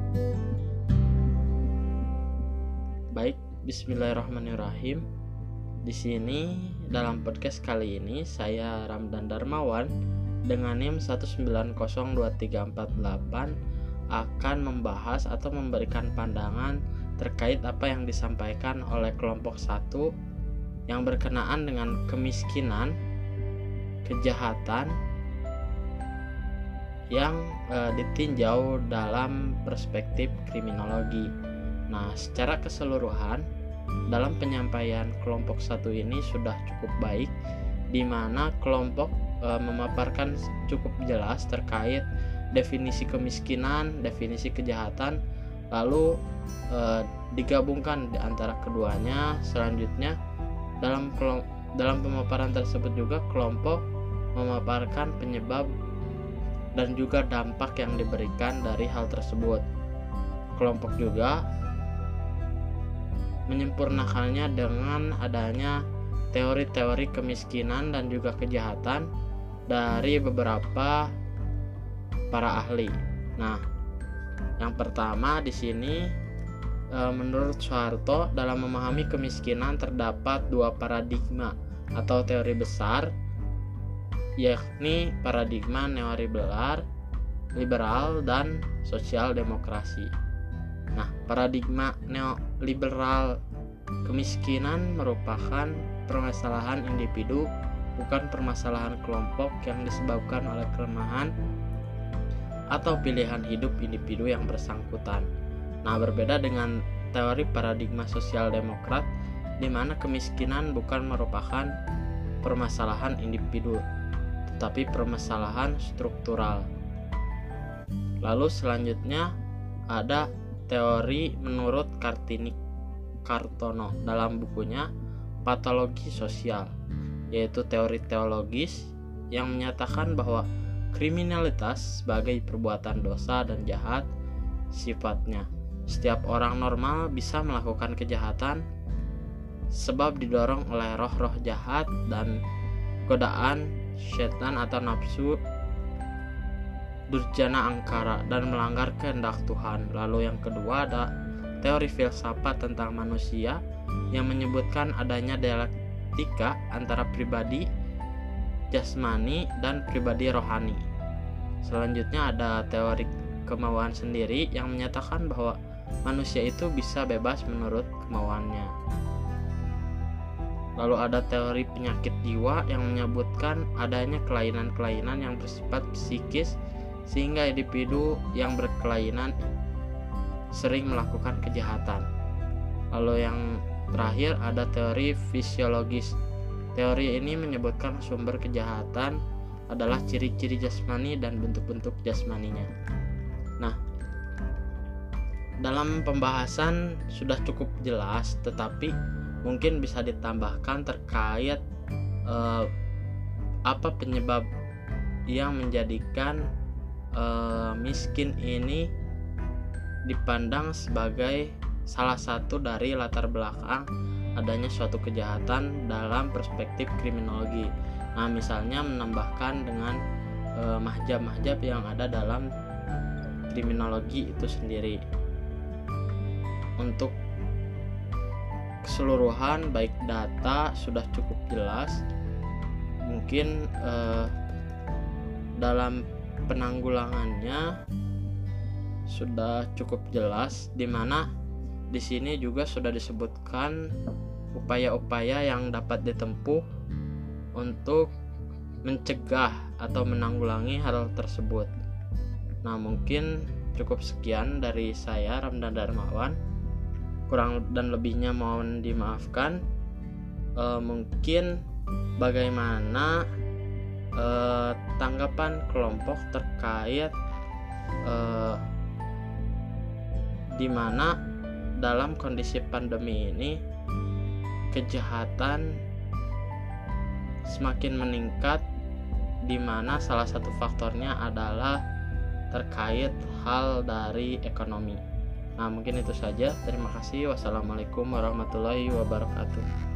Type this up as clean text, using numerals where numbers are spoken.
Baik, bismillahirrahmanirrahim. Di sini dalam podcast kali ini saya Ramdan Darmawan dengan NIM 1902348 akan membahas atau memberikan pandangan terkait apa yang disampaikan oleh kelompok 1 yang berkenaan dengan kemiskinan, kejahatan yang ditinjau dalam perspektif kriminologi. Nah, secara keseluruhan dalam penyampaian kelompok 1 ini sudah cukup baik, di mana kelompok memaparkan cukup jelas terkait definisi kemiskinan, definisi kejahatan, lalu digabungkan di antara keduanya. Selanjutnya dalam pemaparan tersebut juga kelompok memaparkan penyebab dan juga dampak yang diberikan dari hal tersebut. Kelompok juga menyempurnakannya dengan adanya teori-teori kemiskinan dan juga kejahatan dari beberapa para ahli. Nah, yang pertama di sini menurut Soeharto, dalam memahami kemiskinan terdapat dua paradigma atau teori besar, yakni paradigma neoliberal dan sosial demokrasi. Nah, paradigma neoliberal, kemiskinan merupakan permasalahan individu, bukan permasalahan kelompok yang disebabkan oleh kelemahan atau pilihan hidup individu yang bersangkutan. Nah, berbeda dengan teori paradigma sosial demokrat, di mana kemiskinan bukan merupakan permasalahan individu, tetapi permasalahan struktural. Lalu selanjutnya ada teori menurut Kartono dalam bukunya Patologi Sosial, yaitu teori teologis yang menyatakan bahwa kriminalitas sebagai perbuatan dosa dan jahat sifatnya. Setiap orang normal bisa melakukan kejahatan sebab didorong oleh roh-roh jahat dan godaan setan atau nafsu durjana angkara dan melanggar kehendak Tuhan. Lalu yang kedua ada teori filsafat tentang manusia yang menyebutkan adanya dialektika antara pribadi jasmani dan pribadi rohani. Selanjutnya ada teori kemauan sendiri yang menyatakan bahwa manusia itu bisa bebas menurut kemauannya. Lalu ada teori penyakit jiwa yang menyebutkan adanya kelainan-kelainan yang bersifat psikis sehingga individu yang berkelainan sering melakukan kejahatan. Lalu yang terakhir ada teori fisiologis. Teori ini menyebutkan sumber kejahatan adalah ciri-ciri jasmani dan bentuk-bentuk jasmaninya. Nah, dalam pembahasan sudah cukup jelas, tetapi mungkin bisa ditambahkan terkait apa penyebab yang menjadikan miskin ini dipandang sebagai salah satu dari latar belakang adanya suatu kejahatan dalam perspektif kriminologi. Nah, misalnya menambahkan dengan mahjab-mahjab yang ada dalam kriminologi itu sendiri. Untuk keseluruhan baik data sudah cukup jelas, mungkin dalam penanggulangannya sudah cukup jelas, di mana di sini juga sudah disebutkan upaya-upaya yang dapat ditempuh untuk mencegah atau menanggulangi hal tersebut. Nah, mungkin cukup sekian dari saya Ramdan Darmawan. Kurang dan lebihnya mohon dimaafkan. Mungkin bagaimana tanggapan kelompok terkait di mana dalam kondisi pandemi ini kejahatan semakin meningkat, di mana salah satu faktornya adalah terkait hal dari ekonomi. Nah, mungkin itu saja. Terima kasih. Wassalamualaikum warahmatullahi wabarakatuh.